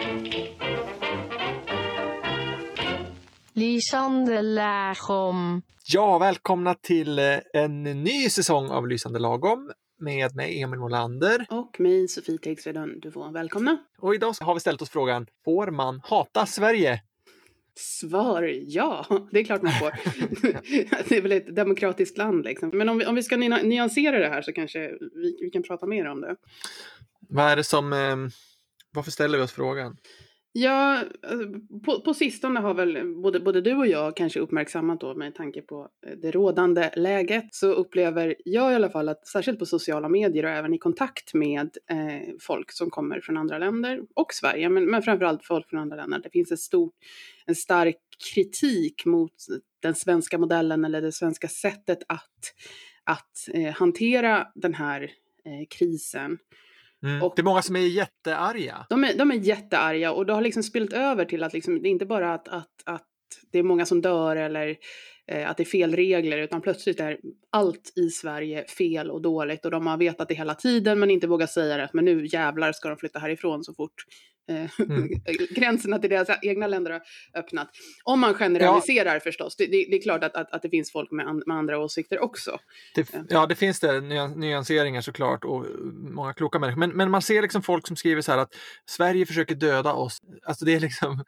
Lysande lagom. Ja, välkomna till en ny säsong av Lysande lagom med mig Emil Molander. Och mig Sofie Tegsvedön, du får välkomna. Och idag har vi ställt oss frågan, får man hata Sverige? Svar ja, det är klart man får. Det är väl ett demokratiskt land liksom. Men om vi ska nyansera det här så kanske vi kan prata mer om det. Vad är det som, varför ställer vi oss frågan? Ja, på sistone har väl både du och jag kanske uppmärksammat då med tanke på det rådande läget, så upplever jag i alla fall att särskilt på sociala medier och även i kontakt med folk som kommer från andra länder och Sverige, men framförallt folk från andra länder, det finns en stark kritik mot den svenska modellen eller det svenska sättet att hantera den här krisen. Och det är många som är jättearga. De är jättearga och det har liksom spillt över till att liksom, det är inte bara att det är många som dör eller att det är fel regler, utan plötsligt är allt i Sverige fel och dåligt och de har vetat det hela tiden men inte vågar säga det, men nu jävlar ska de flytta härifrån så fort gränserna till deras egna länder har öppnat. Om man generaliserar förstås, det är klart att det finns folk med andra åsikter också. Det finns det nyanseringar såklart och många kloka människor, men man ser liksom folk som skriver så här att Sverige försöker döda oss, alltså det är liksom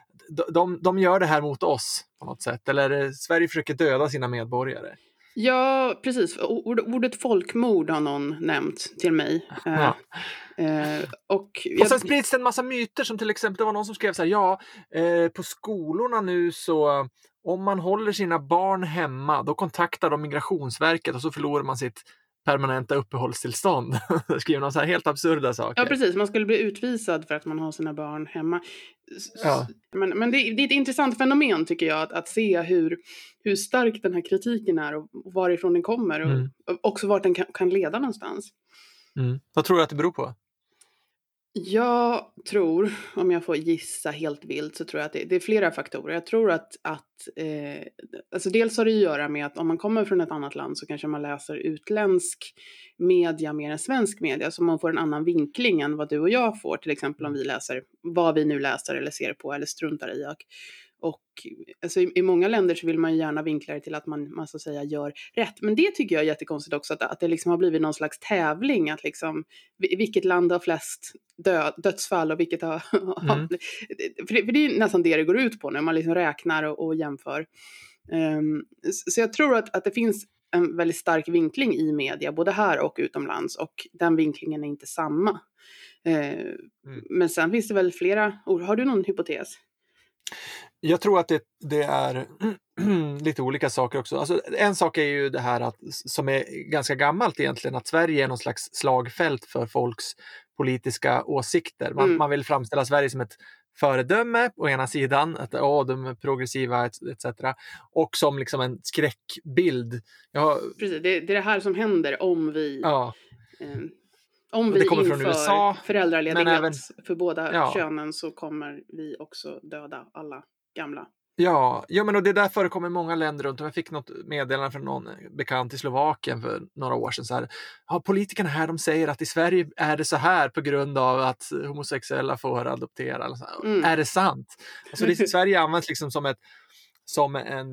de gör det här mot oss på något sätt, eller Sverige försöker döda sina medborgare. Ja, precis. Ordet folkmord har någon nämnt till mig. Ja. Och sen sprids det en massa myter, som till exempel det var någon som skrev så här, på skolorna nu så om man håller sina barn hemma då kontaktar de Migrationsverket och så förlorar man sitt permanenta uppehållstillstånd. Det skriver någon så här helt absurda saker. Ja, precis. Man skulle bli utvisad för att man har sina barn hemma. Ja. Men det är ett intressant fenomen tycker jag att se hur stark den här kritiken är och varifrån den kommer och också vart den kan leda någonstans. Vad tror du att det beror på? Jag tror, om jag får gissa helt vilt, så tror jag att det är flera faktorer. Jag tror att alltså dels har det att göra med att om man kommer från ett annat land så kanske man läser utländsk media mer än svensk media, så man får en annan vinkling än vad du och jag får, till exempel om vi läser vad vi nu läser eller ser på eller struntar i. Och alltså, i många länder så vill man ju gärna vinkla det till att man så att säga gör rätt. Men det tycker jag är jättekonstigt också, att det liksom har blivit någon slags tävling. Att liksom, vilket land har flest dödsfall och vilket har... För det är nästan det går ut på när man liksom räknar och jämför. Så jag tror att det finns en väldigt stark vinkling i media, både här och utomlands. Och den vinklingen är inte samma. Men sen finns det väl flera ord. Har du någon hypotes? Jag tror att det är lite olika saker också. Alltså, en sak är ju det här som är ganska gammalt egentligen, att Sverige är någon slags slagfält för folks politiska åsikter. Man vill framställa Sverige som ett föredöme å ena sidan, att de är progressiva etc. Och som liksom en skräckbild. Precis, det är det här som händer om vi... Ja. Om vi inför från USA, föräldraledighet även, för båda könen, så kommer vi också döda alla gamla. Ja, men och det där förekommer i många länder runt om. Jag fick något meddelande från någon bekant i Slovakien för några år sedan. Så här, politikerna här, de säger att i Sverige är det så här på grund av att homosexuella får adoptera. Eller så här. Är det sant? Alltså, Sverige används liksom som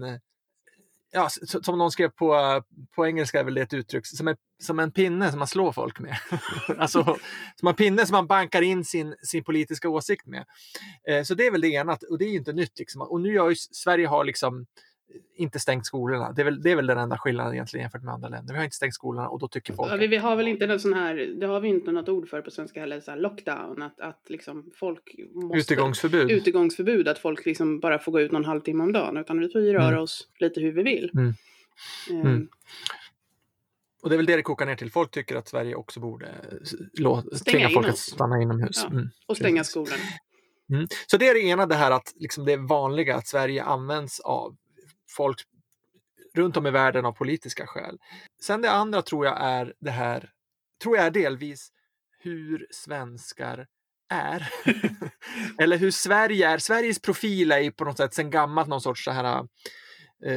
någon skrev på engelska är väl det ett uttryck, som en pinne som man slår folk med. Alltså som en pinne som man bankar in sin politiska åsikt med. Så det är väl det ena, och det är ju inte nytt liksom. Och nu Sverige har liksom inte stängt skolorna. Det är väl den enda skillnaden egentligen jämfört med andra länder. Vi har inte stängt skolorna och då tycker folk... Ja, vi har väl inte någon sån här, det har vi inte något ord för på svenska heller, så här lockdown, att liksom folk måste... Utegångsförbud, att folk liksom bara får gå ut någon halvtimme om dagen, utan vi får ju röra oss lite hur vi vill. Och det är väl det kokar ner till. Folk tycker att Sverige också borde tvinga folk att stanna inomhus. Ja. Och stänga skolan. Så det är det ena, det här att liksom det är vanliga att Sverige används av folk runt om i världen av politiska skäl. Sen det andra tror jag är delvis hur svenskar är. Eller hur Sverige är. Sveriges profil är på något sätt sen gammalt någon sorts så här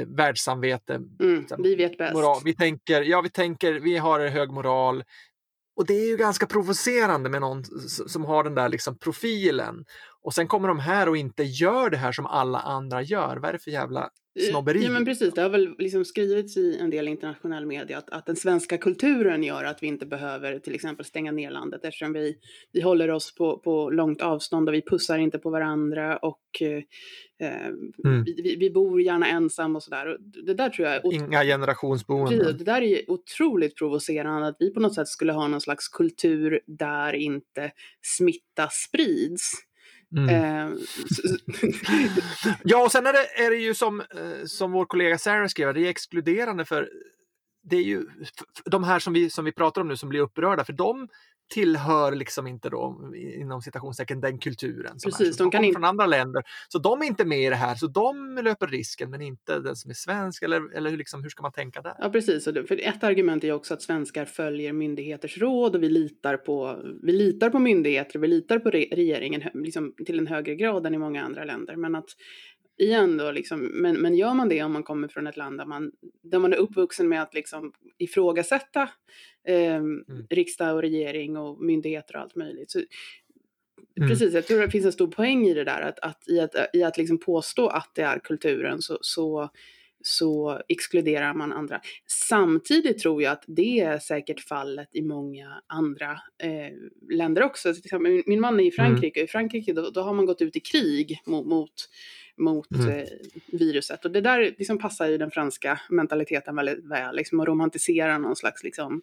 världssamvete. Vi vet bäst. Moral. Vi tänker, vi har hög moral Och det är ju ganska provocerande med någon som har den där liksom profilen. Och sen kommer de här och inte gör det här som alla andra gör. Vad är det för jävla snobberi? Ja men precis, det har väl liksom skrivits i en del internationell media att den svenska kulturen gör att vi inte behöver till exempel stänga ner landet eftersom vi håller oss på långt avstånd och vi pussar inte på varandra och vi bor gärna ensam och sådär. Det där tror jag är inga generationsboenden. Det där är otroligt provocerande att vi på något sätt skulle ha någon slags kultur där inte smitta sprids. Ja, och sen är det ju som vår kollega Sarah skrev, det är exkluderande för det är ju de här som vi pratar om nu som blir upprörda, för de tillhör liksom inte då inom citationstecken den kulturen som precis, är. De kommer inte från andra länder, så de är inte med i det här, så de löper risken, men inte den som är svensk, eller hur ska man tänka där? Ja precis, för ett argument är ju också att svenskar följer myndigheters råd och vi litar på myndigheter, vi litar på regeringen liksom till en högre grad än i många andra länder, men att igen då liksom, men gör man det om man kommer från ett land där man är uppvuxen med att liksom ifrågasätta riksdag och regering och myndigheter och allt möjligt. Så, precis, jag tror det finns en stor poäng i det där i att liksom påstå att det är kulturen så exkluderar man andra. Samtidigt tror jag att det är säkert fallet i många andra länder också. Min man är i Frankrike och i Frankrike då har man gått ut i krig mot viruset. Och det där liksom passar ju den franska mentaliteten väldigt väl. Liksom, att romantisera någon slags liksom,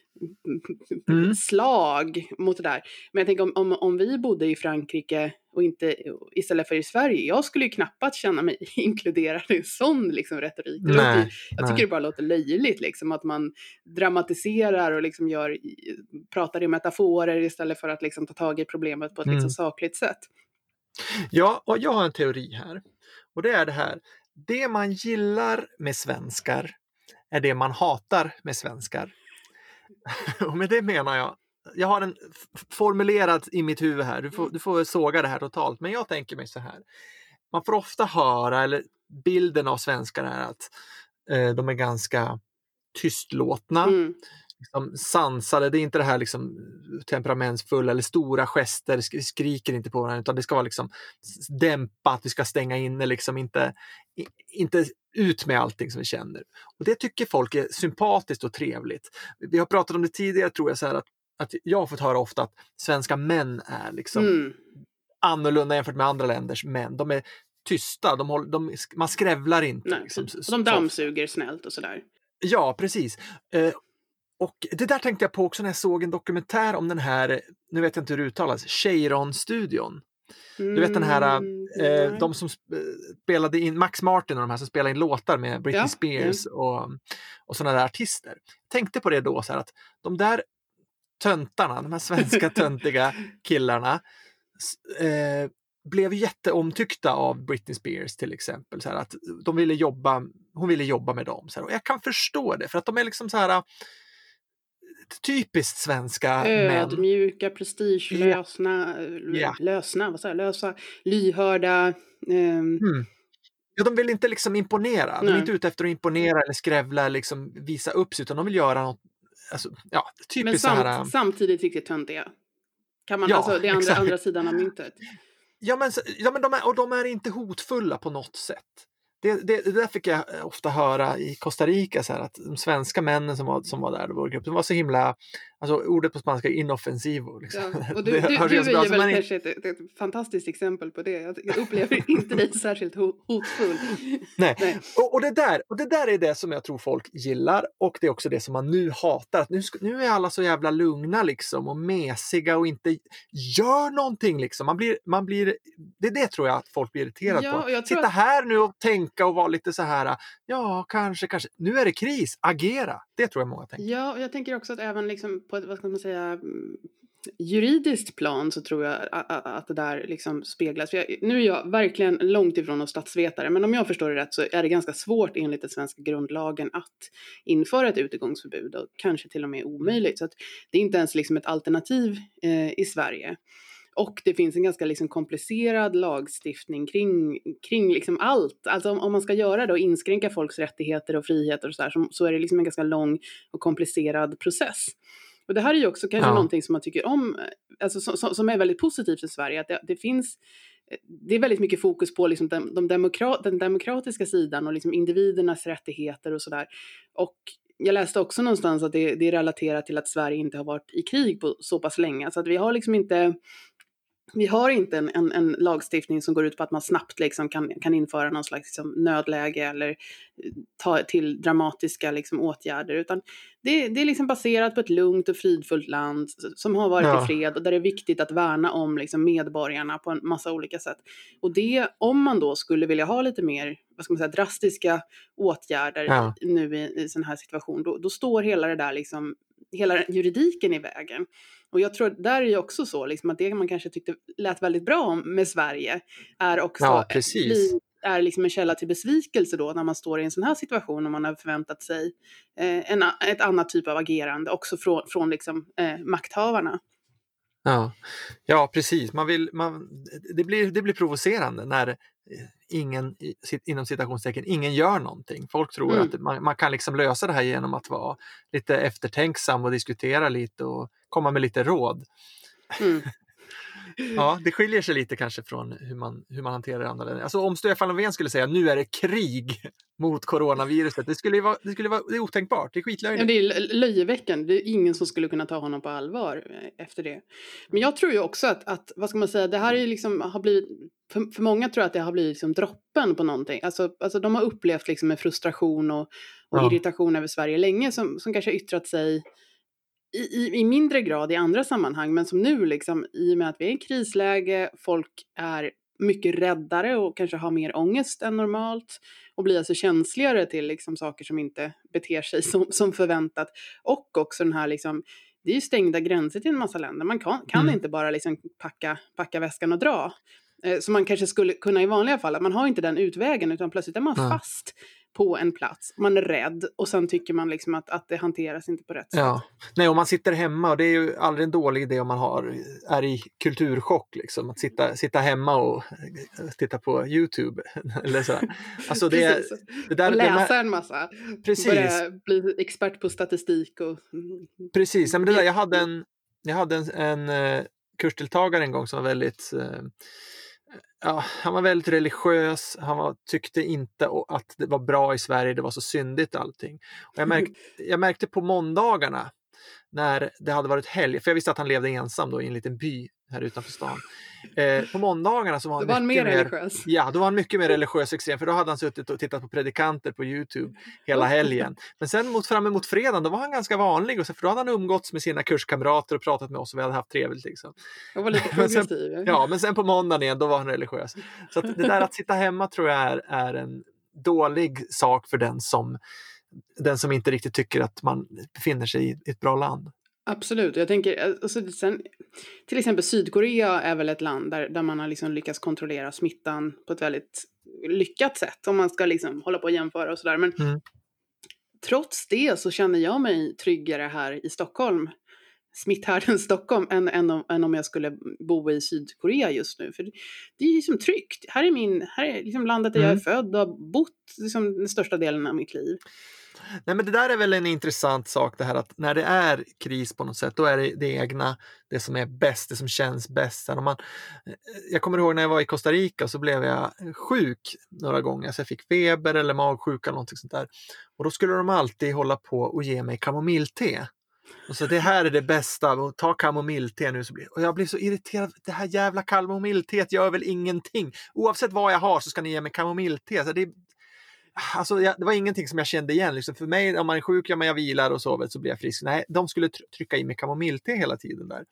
slag mot det där. Men jag tänker om vi bodde i Frankrike och inte istället för i Sverige, jag skulle ju knappast känna mig inkluderad i en sån liksom retorik. Jag tycker det bara låter löjligt liksom, att man dramatiserar och liksom pratar i metaforer istället för att liksom ta tag i problemet på ett liksom sakligt sätt. Ja, och jag har en teori här. Och det är det här. Det man gillar med svenskar är det man hatar med svenskar. Och med det menar jag har den formulerad i mitt huvud här. Du får såga det här totalt. Men jag tänker mig så här. Man får ofta höra, eller bilden av svenskar är att de är ganska tystlåtna. Liksom sansade, det är inte det här liksom temperamentsfulla eller stora gester, skriker inte på varandra, utan det ska vara liksom dämpat, vi ska stänga inne liksom, inte ut med allting som vi känner. Och det tycker folk är sympatiskt och trevligt. Vi har pratat om det tidigare, tror jag, så här att jag har fått höra ofta att svenska män är liksom annorlunda jämfört med andra länders män. De är tysta, man skrävlar inte. Nej, liksom, de dammsuger snällt och sådär. Ja, precis. Och det där tänkte jag på också när jag såg en dokumentär om den här, nu vet jag inte hur det uttalas, Cheiron-studion. Du vet den här, de som spelade in, Max Martin och de här som spelade in låtar med Britney Spears och sådana där artister. Tänkte på det då så här att de där töntarna, de här svenska töntiga killarna blev jätteomtyckta av Britney Spears till exempel. Så här att hon ville jobba med dem. Så här. Och jag kan förstå det, för att de är liksom så här typiskt svenska män. Ödmjuka, prestigelösa, lösa, lyhörda. Ja, de vill inte liksom imponera. De är inte ute efter att imponera eller skrävla eller liksom visa upp sig, utan de vill göra något, alltså, ja, typiskt men så här. Samtidigt riktigt töntiga. Kan man, alltså, det är andra sidan av myntet. Ja, men de är inte hotfulla på något sätt. Det där fick jag ofta höra i Costa Rica, så här, att de svenska männen som var där i vår grupp, de var så himla, alltså ordet på spanska innoffensivo. Liksom. Ja, och du är väl kanske ett fantastiskt exempel på det. Jag upplever inte dig särskilt hotfull. Nej. Och det där är det som jag tror folk gillar, och det är också det som man nu hatar. Att nu är alla så jävla lugna liksom, och mesiga och inte gör någonting liksom. Man blir det tror jag att folk blir irriterade på. Sitta här nu och tänka och vara lite så här, ja, kanske. Nu är det kris, agera. Det tror jag många tänker. Ja, och jag tänker också att även liksom på ett, vad ska man säga, juridiskt plan så tror jag att det där liksom speglas. Nu är jag verkligen långt ifrån någon statsvetare, men om jag förstår det rätt så är det ganska svårt enligt den svenska grundlagen att införa ett utegångsförbud, och kanske till och med omöjligt. Så att det är inte ens liksom ett alternativ i Sverige. Och det finns en ganska liksom komplicerad lagstiftning kring liksom allt. Alltså om man ska göra det och inskränka folks rättigheter och friheter och så är det liksom en ganska lång och komplicerad process. Och det här är ju också kanske någonting som man tycker om, alltså som är väldigt positivt i Sverige, att det är väldigt mycket fokus på liksom den demokratiska sidan och liksom individernas rättigheter och sådär. Och jag läste också någonstans att det är relaterat till att Sverige inte har varit i krig på så pass länge. Så att vi har liksom inte... Vi har inte en lagstiftning som går ut på att man snabbt liksom kan införa någon slags liksom nödläge eller ta till dramatiska liksom åtgärder. Utan det är liksom baserat på ett lugnt och fridfullt land som har varit i fred och där det är viktigt att värna om liksom medborgarna på en massa olika sätt. Och det, om man då skulle vilja ha lite mer, vad ska man säga, drastiska åtgärder nu i sån här situation, då står hela det där liksom, hela juridiken i vägen. Och jag tror där är ju också så liksom, att det man kanske tyckte lät väldigt bra med Sverige är också är liksom en källa till besvikelse då när man står i en sån här situation och man har förväntat sig ett annat typ av agerande också från liksom, makthavarna. Ja, precis. Det blir provocerande när ingen, inom citationstecken, ingen gör någonting. Folk tror att man kan liksom lösa det här genom att vara lite eftertänksam och diskutera lite och komma med lite råd. Ja, det skiljer sig lite kanske från hur man hanterar andra länder. Alltså om Stefan Löfven skulle säga nu är det krig mot coronaviruset, det är otänkbart, det är skitlöjligt. Ja, det är löjeväckande, det är ingen som skulle kunna ta honom på allvar efter det. Men jag tror ju också att vad ska man säga, det här är liksom, har blivit, för många tror jag att det har blivit liksom droppen på någonting. Alltså de har upplevt liksom en frustration och irritation över Sverige länge som kanske har yttrat sig i mindre grad i andra sammanhang, men som nu liksom, i och med att vi är i krisläge, folk är mycket räddare och kanske har mer ångest än normalt och blir alltså känsligare till liksom saker som inte beter sig som förväntat. Och också den här liksom, det är ju stängda gränser till en massa länder. Man kan inte bara liksom packa väskan och dra. Så man kanske skulle kunna i vanliga fall, att man har inte den utvägen utan plötsligt är man fast på en plats. Man är rädd och sen tycker man liksom att det hanteras inte på rätt sätt. Nej, om man sitter hemma, och det är ju aldrig en dålig idé om man är i kulturchock liksom, att sitta hemma och titta på YouTube eller så. Alltså det där, och läsa en massa. Precis. Börja bli expert på statistik och precis. Men det där, jag hade en kursdeltagare en gång som var väldigt han var väldigt religiös, tyckte inte att det var bra i Sverige, det var så syndigt allting. Och jag märkte på måndagarna när det hade varit helg, för jag visste att han levde ensam då i en liten by här utanför stan. På måndagarna så var han mycket mer religiös. Ja, då var han mycket mer religiös extrem, för då hade han suttit och tittat på predikanter på YouTube hela helgen. Men sen fram emot fredagen, då var han ganska vanlig, och för då hade han umgåtts med sina kurskamrater och pratat med oss och vi hade haft trevligt liksom. Jag var lite progressiv. Men sen på måndagen igen, då var han religiös. Så att det där att sitta hemma tror jag är en dålig sak för den som inte riktigt tycker att man befinner sig i ett bra land. Absolut, jag tänker, alltså, sen, till exempel Sydkorea är väl ett land där man har liksom lyckats kontrollera smittan på ett väldigt lyckat sätt, om man ska liksom hålla på och jämföra och sådär. Men trots det så känner jag mig tryggare här i Stockholm, smitthärden Stockholm, än om jag skulle bo i Sydkorea just nu. För det är liksom tryggt. Här är liksom landet där jag är född och har bott liksom den största delen av mitt liv. Nej, men det där är väl en intressant sak, det här att när det är kris på något sätt, då är det egna, det som är bäst, det som känns bäst. Jag kommer ihåg när jag var i Costa Rica, så blev jag sjuk några gånger, så jag fick feber eller magsjuka eller någonting sånt där. Och då skulle de alltid hålla på och ge mig kamomillte. Och så det här är det bästa, och ta kamomillte nu. Och jag blir så irriterad, det här jävla kamomilteet gör väl ingenting. Oavsett vad jag har så ska ni ge mig kamomillte. Så det var ingenting som jag kände igen. Liksom för mig, om man är sjuk, jag vilar och sover, så blir jag frisk. Nej, de skulle trycka in med kamomillte hela tiden där.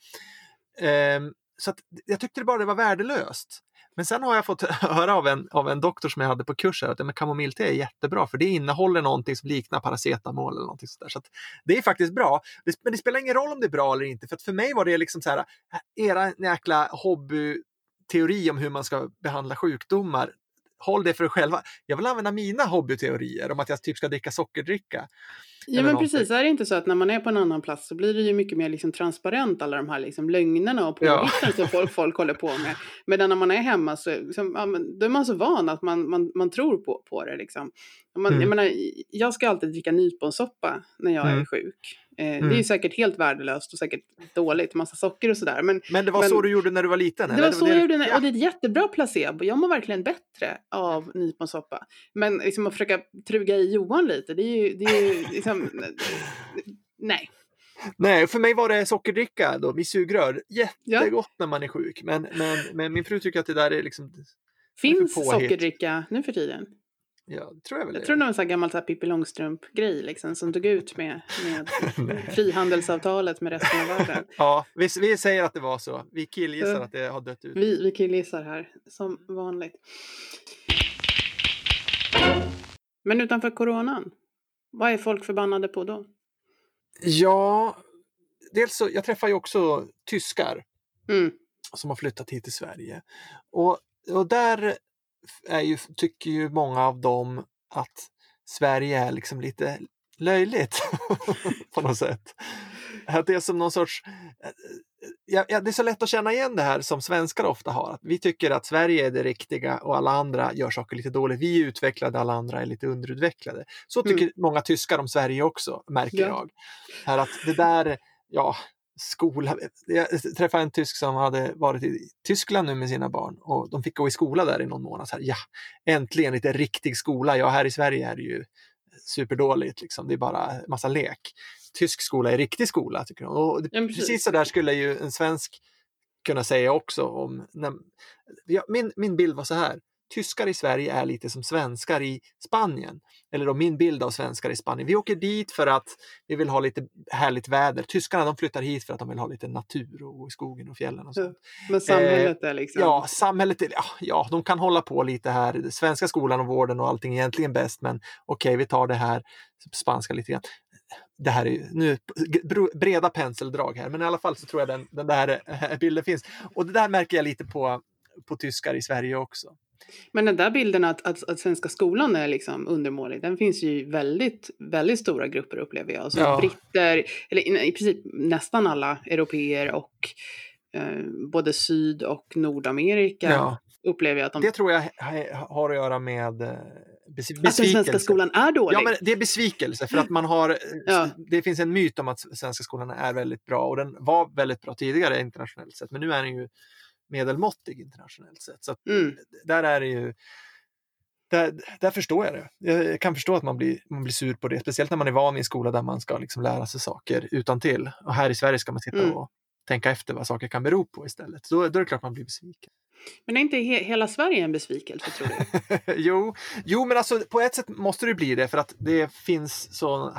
Så att jag tyckte det var värdelöst. Men sen har jag fått höra av en doktor som jag hade på kursen att kamomillte är jättebra, för det innehåller någonting som liknar paracetamol eller någonting sådär. Så att det är faktiskt bra. Men det spelar ingen roll om det är bra eller inte. För att för mig var det liksom så här, era jäkla hobbyteori om hur man ska behandla sjukdomar. Håll det för er själva. Jag vill använda mina hobbyteorier om att jag typ ska dricka sockerdricka. Ja, men precis. Är det inte så att när man är på en annan plats så blir det ju mycket mer liksom transparent, alla de här liksom lögnerna och påhitten som folk håller på med. Medan när man är hemma så liksom, ja, men då är man så van att man tror på det. Liksom. Jag menar, jag ska alltid dricka nyponsoppa när jag är sjuk. Det är ju säkert helt värdelöst och säkert dåligt, massa socker och sådär. Men det var så du gjorde när du var liten? Det var så jag gjorde, och det är ett jättebra placebo. Jag mår verkligen bättre av nyponsoppa. Men liksom att försöka truga i Johan lite, det är ju liksom, nej. Nej, för mig var det sockerdricka då, vid sugrör. Jättegott när man är sjuk. Men min fru tycker att det där är liksom... Finns sockerdricka nu för tiden? Ja, tror jag väl. Jag tror det var en sån här gammal Pippi Långstrump-grej liksom, som tog ut med frihandelsavtalet med resten av världen. Ja, vi säger att det var så. Vi killgissar att det har dött ut. Vi killgissar här, som vanligt. Men utanför coronan, vad är folk förbannade på då? Ja, dels så, jag träffar ju också tyskar som har flyttat hit till Sverige. Och där tycker ju många av dem att Sverige är liksom lite löjligt på något sätt. Att det är som någon sorts... det är så lätt att känna igen det här som svenskar ofta har. Att vi tycker att Sverige är det riktiga och alla andra gör saker lite dåligt. Vi är utvecklade, alla andra är lite underutvecklade. Så tycker många tyskar om Sverige också, märker jag. Här att det där, skola. Jag träffade en tysk som hade varit i Tyskland nu med sina barn och de fick gå i skola där i någon månad. Så här, äntligen lite riktig skola. Ja, här i Sverige är det ju superdåligt liksom. Det är bara massa lek. Tysk skola är riktig skola tycker de. Och precis så där skulle ju en svensk kunna säga också om min bild var så här. Tyskar i Sverige är lite som svenskar i Spanien. Eller då min bild av svenskar i Spanien. Vi åker dit för att vi vill ha lite härligt väder. Tyskarna de flyttar hit för att de vill ha lite natur och skogen och fjällen och sånt. Men samhället är liksom... Ja, samhället är... Ja, de kan hålla på lite här. Svenska skolan och vården och allting är egentligen bäst. Men okej, vi tar det här spanska lite grann. Det här är ju nu breda penseldrag här. Men i alla fall så tror jag den där bilden finns. Och det där märker jag lite på tyskar i Sverige också. Men den där bilden att svenska skolan är liksom undermålig, den finns ju väldigt, väldigt stora grupper upplever jag. Alltså britter, eller i princip nästan alla europeer och både Syd- och Nordamerika upplever jag att de... Det tror jag har att göra med besvikelse. Att den svenska skolan är dålig. Ja, men det är besvikelse för att man har... Det finns en myt om att svenska skolan är väldigt bra och den var väldigt bra tidigare internationellt sett, men nu är den ju medelmåttig internationellt sett. Så att där är det ju... Där förstår jag det. Jag kan förstå att man blir sur på det. Speciellt när man är van i en skola där man ska liksom lära sig saker utan till. Och här i Sverige ska man sitta och tänka efter vad saker kan bero på istället. Då är det klart man blir besviken. Men är inte hela Sverige en besvikelse, tror du? jo, men alltså på ett sätt måste det bli det. För att det finns så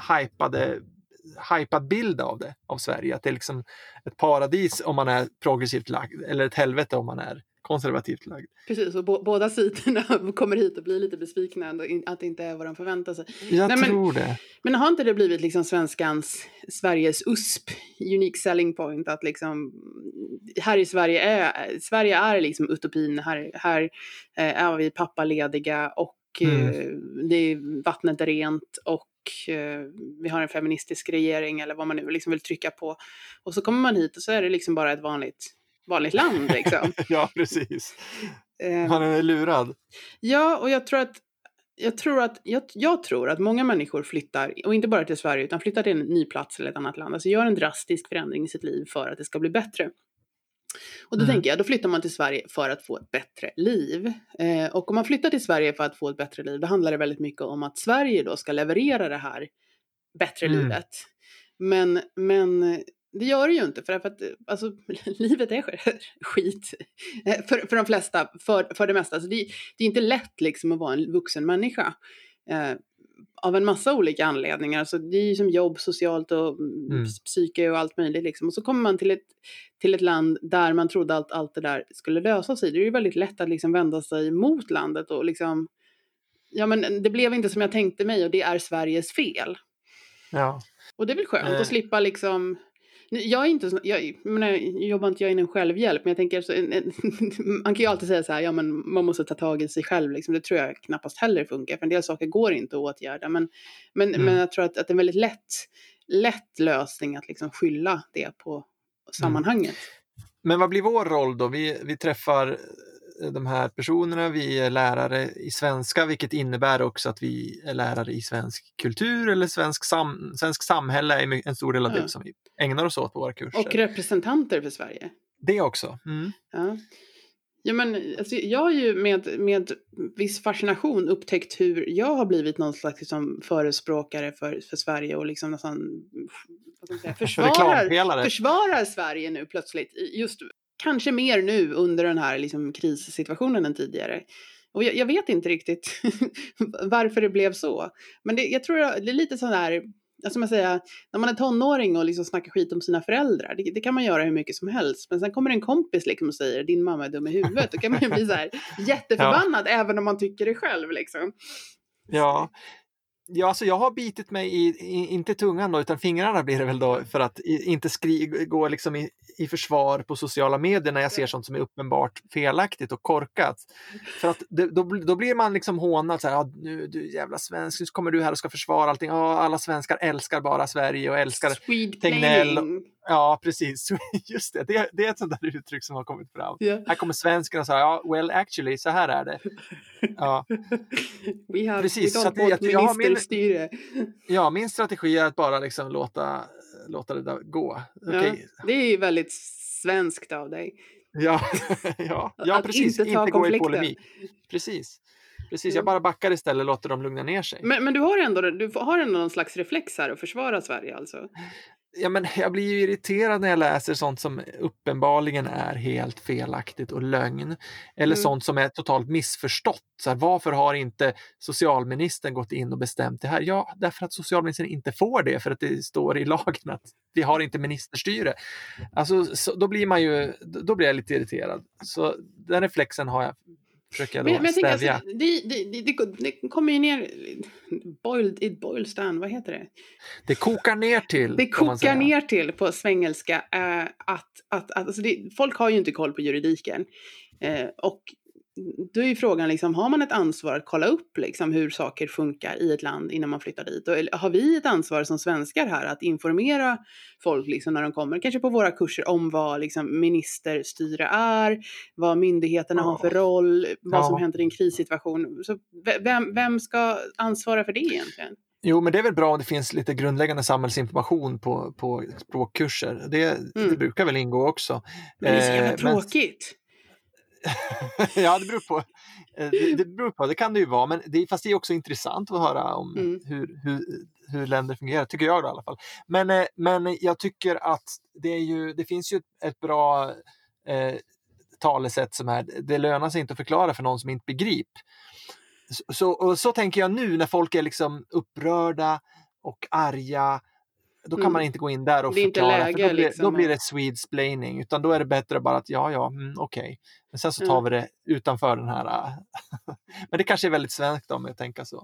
hypad bild av Sverige. Att det är liksom ett paradis om man är progressivt lagd. Eller ett helvete om man är konservativt lagd. Precis, och båda sidorna kommer hit och blir lite besvikna att det inte är vad de förväntar sig. Jag tror det. Men har inte det blivit liksom Sveriges USP, unique selling point, att liksom här i Sverige är liksom utopin, här är vi pappalediga och vattnet är rent och vi har en feministisk regering eller vad man nu liksom vill trycka på. Och så kommer man hit och så är det liksom bara ett vanligt land liksom. Ja, precis. Man är lurad. Ja, och jag tror att många människor flyttar, och inte bara till Sverige utan flyttar till en ny plats eller ett annat land. Alltså gör en drastisk förändring i sitt liv för att det ska bli bättre. Och då tänker jag, då flyttar man till Sverige för att få ett bättre liv. Och om man flyttar till Sverige för att få ett bättre liv, då handlar det väldigt mycket om att Sverige då ska leverera det här bättre livet. Men det gör det ju inte, för att alltså, livet är skit för de flesta, för det mesta. Alltså, det är inte lätt liksom att vara en vuxen människa. Av en massa olika anledningar. Så det är ju som jobb, socialt och psyke och allt möjligt. Liksom. Och så kommer man till ett land där man trodde att allt det där skulle lösa sig. Det är ju väldigt lätt att liksom vända sig mot landet och liksom... Ja, men det blev inte som jag tänkte mig och det är Sveriges fel. Ja. Och det är väl skönt att slippa liksom... Jag är inte, jag menar, jobbar inte jag inom självhjälp, men jag tänker så, man kan ju alltid säga så här, ja men man måste ta tag i sig själv liksom. Det tror jag knappast heller funkar, för en del saker går inte att åtgärda, men jag tror att det är en väldigt lätt lösning att liksom skylla det på sammanhanget. Men vad blir vår roll då? Vi träffar de här personerna, vi är lärare i svenska, vilket innebär också att vi är lärare i svensk kultur eller svensk samhälle är en stor del av det som vi ägnar oss åt på våra kurser. Och representanter för Sverige. Det också. Ja, men alltså, jag har ju med viss fascination upptäckt hur jag har blivit någon slags liksom, förespråkare för Sverige och liksom nästan försvarar Sverige nu plötsligt. Just kanske mer nu under den här liksom, krissituationen än tidigare. Och jag vet inte riktigt varför det blev så. Men jag tror det är lite sån där, alltså man säger, när man är tonåring och liksom snackar skit om sina föräldrar, det kan man göra hur mycket som helst. Men sen kommer en kompis liksom och säger, din mamma är dum i huvudet. Då kan man ju bli så här jätteförbannad även om man tycker det själv liksom. Ja, alltså jag har bitit mig inte tungan då, utan fingrarna blir det väl då, för att inte gå liksom i försvar på sociala medier när jag ser sånt som är uppenbart felaktigt och korkat. För att då blir man liksom hånad så här, ja, nu du jävla svensk, nu kommer du här och ska försvara allting. Ja, alla svenskar älskar bara Sverige och älskar Tegnell. Ja, precis. Just det. Det är ett sånt där uttryck som har kommit fram. Yeah. Här kommer svenskarna och säger, ja, well actually, så här är det. Ja. Precis. Så min strategi är att bara liksom låta det där gå. Okay. Ja, det är ju väldigt svenskt av dig. Ja, precis. Inte gå i polemik. Precis. Jag bara backar istället och låter dem lugna ner sig. Men du har ändå någon slags reflex här att försvara Sverige alltså? Ja, men jag blir ju irriterad när jag läser sånt som uppenbarligen är helt felaktigt och lögn. Eller sånt som är totalt missförstått. Så här, varför har inte socialministern gått in och bestämt det här? Ja, därför att socialministern inte får det, för att det står i lagen att vi har inte ministerstyre. Alltså, då blir jag lite irriterad. Så den reflexen har jag. Men jag tänker, alltså, det kommer ju ner, it boils down, vad heter det? Det kokar ner till. Det kokar ner till på svengelska att alltså folk har ju inte koll på juridiken. Och då är ju frågan liksom, har man ett ansvar att kolla upp liksom hur saker funkar i ett land innan man flyttar dit? Och har vi ett ansvar som svenskar här att informera folk liksom när de kommer, kanske på våra kurser, om vad liksom ministerstyre är, vad myndigheterna har för roll, vad som händer i en krissituation. Så vem ska ansvara för det egentligen? Jo, men det är väl bra om det finns lite grundläggande samhällsinformation på språkkurser. Det brukar väl ingå också. Men det är så jävla tråkigt. Ja, det beror på. Det kan det ju vara, men fast det är också intressant att höra om hur länder fungerar, tycker jag i alla fall. Men jag tycker att det finns ju ett bra talesätt som är, det lönar sig inte att förklara för någon som inte begriper. Så tänker jag nu när folk är liksom upprörda och arga. Då kan man inte gå in där och förklara. Läge, för då blir det Swedesplaining. Utan då är det bättre bara att okej. Men sen så tar vi det utanför den här. Men det kanske är väldigt svenskt om jag tänker så.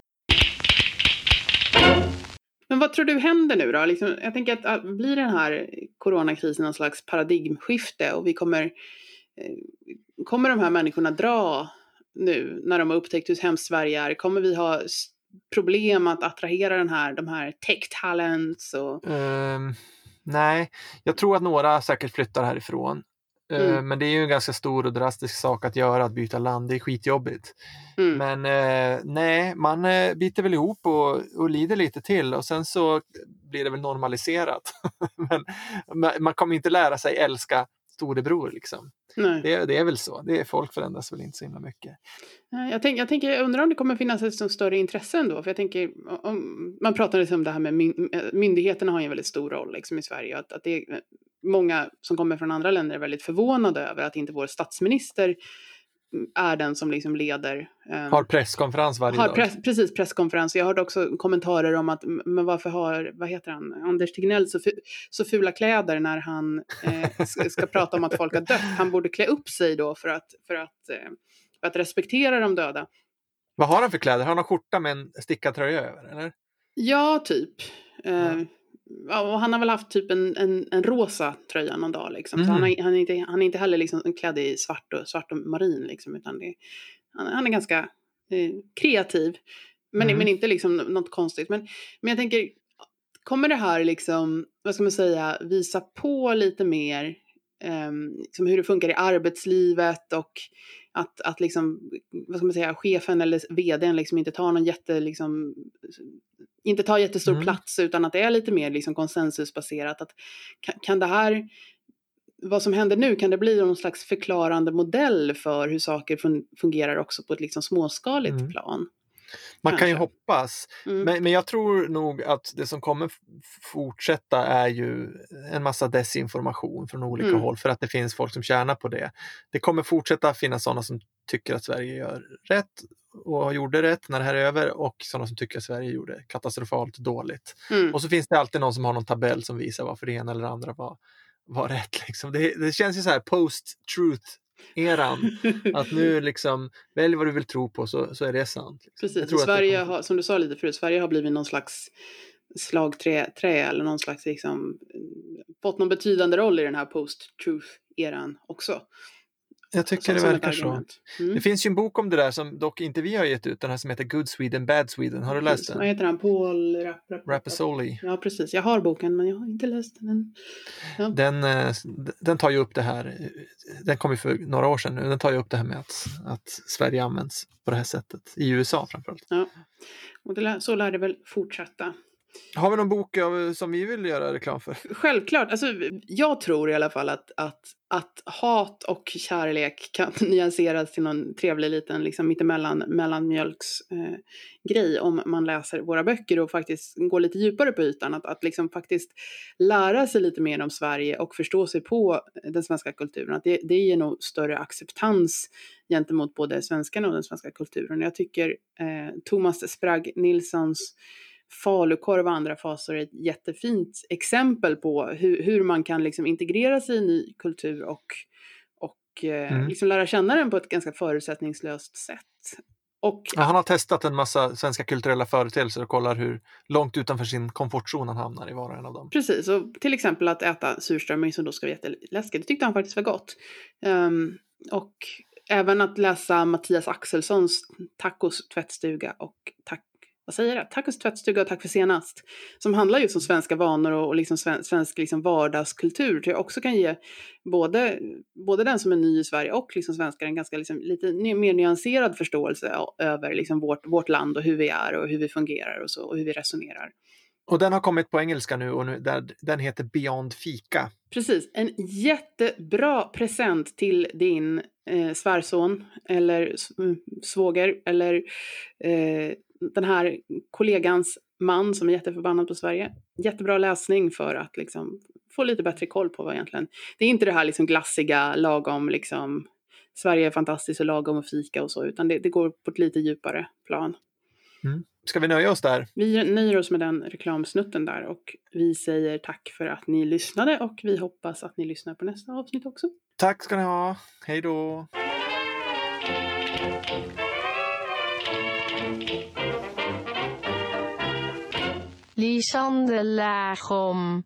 Men vad tror du händer nu då? Liksom, jag tänker att blir den här coronakrisen någon slags paradigmskifte och vi kommer de här människorna dra nu när de har upptäckt hur hemskt Sverige är? Kommer vi ha problem att attrahera de här tech talents? Nej, jag tror att några säkert flyttar härifrån. Men det är ju en ganska stor och drastisk sak att göra, att byta land. Det är skitjobbigt. Men nej, man biter väl ihop och lider lite till. Och sen så blir det väl normaliserat. Men man kommer inte lära sig älska storebror liksom. Det är väl så. Folk förändras väl inte så himla mycket. Jag undrar om det kommer finnas ett större intresse ändå. För jag tänker, man pratar liksom om det här med myndigheterna har ju en väldigt stor roll liksom i Sverige. Att det är många som kommer från andra länder är väldigt förvånade över att inte vår statsminister är den som liksom leder. Har presskonferens varje dag. Precis, presskonferens. Jag hörde också kommentarer om att, men varför har, vad heter han, Anders Tegnell så fula kläder när han ska prata om att folk har dött. Han borde klä upp sig då för att respektera de döda. Vad har han för kläder? Har han en skjorta med en stickad tröja över, eller? Ja, typ. ja, och han har väl haft typ en rosa tröja någon dag liksom. Så han är inte heller liksom klädd i svart och marin liksom, utan han är ganska kreativ. Men inte liksom något konstigt. Men jag tänker, kommer det här liksom, vad ska man säga, visa på lite mer liksom hur det funkar i arbetslivet, och att liksom, vad ska man säga, chefen eller vdn liksom inte tar någon inte tar jättestor plats, utan att det är lite mer liksom konsensusbaserat. Att kan det här, vad som händer nu, kan det bli någon slags förklarande modell för hur saker fungerar också på ett liksom småskaligt plan? Man Kanske. kan ju hoppas, men jag tror nog att det som kommer fortsätta är ju en massa desinformation från olika håll, för att det finns folk som tjänar på det. Det kommer fortsätta finnas sådana som tycker att Sverige gör rätt och gjorde rätt när det här är över, och sådana som tycker att Sverige gjorde katastrofalt dåligt. Och så finns det alltid någon som har någon tabell som visar varför det ena eller andra var rätt. Liksom. Det känns ju så här post-truth-eran, att nu liksom, välj vad du vill tro på, så är det sant. Liksom. Precis, Sverige har, som du sa lite förut, Sverige har blivit någon slags slagträ eller någon slags liksom, fått någon betydande roll i den här post-truth-eran också. Jag tycker det verkar så. Det finns ju en bok om det där som dock inte vi har gett ut, den här som heter Good Sweden, Bad Sweden. Har du läst den? Vad heter han? Paul Rappazzoli. Ja, precis. Jag har boken, men jag har inte läst den. Ja. Den tar ju upp det här. Den kom ju för några år sedan nu. Den tar ju upp det här med att Sverige används på det här sättet. I USA framförallt. Ja, och så lär det väl fortsätta. Har vi någon bok som vi vill göra reklam för? Självklart. Alltså, jag tror i alla fall att hat och kärlek kan nyanseras till någon trevlig liten liksom mellanmjölks grej om man läser våra böcker och faktiskt går lite djupare på ytan. Att liksom faktiskt lära sig lite mer om Sverige och förstå sig på den svenska kulturen. Att det ger nog större acceptans gentemot både svenskarna och den svenska kulturen. Jag tycker Thomas Spragg Nilssons Falukorv och andra faser är ett jättefint exempel på hur man kan liksom integrera sig i ny kultur och liksom lära känna den på ett ganska förutsättningslöst sätt. Han har testat en massa svenska kulturella företeelser och kollar hur långt utanför sin komfortzon han hamnar i var och en av dem. Precis, och till exempel att äta surströmming som då ska vara jätteläskigt. Det tyckte han faktiskt var gott. Och även att läsa Mattias Axelssons Tacos tvättstuga och Tacos tvättstuga och Tack för senast. Som handlar just om svenska vanor och liksom svensk liksom vardagskultur. Det också kan ge både den som är ny i Sverige och liksom svenskar en ganska liksom, lite mer nyanserad förståelse över liksom vårt land och hur vi är och hur vi fungerar och så, och hur vi resonerar. Och den har kommit på engelska nu, och den heter Beyond Fika. Precis, en jättebra present till din svärson eller svåger eller den här kollegans man som är jätteförbannad på Sverige. Jättebra läsning för att liksom få lite bättre koll på vad egentligen. Det är inte det här liksom glassiga lagom liksom Sverige är fantastiskt och lagom och fika och så, utan det går på ett lite djupare plan. Ska vi nöja oss där? Vi nöjer oss med den reklamsnutten där, och vi säger tack för att ni lyssnade, och vi hoppas att ni lyssnar på nästa avsnitt också. Tack ska ni ha. Hej då! Lysande lärom.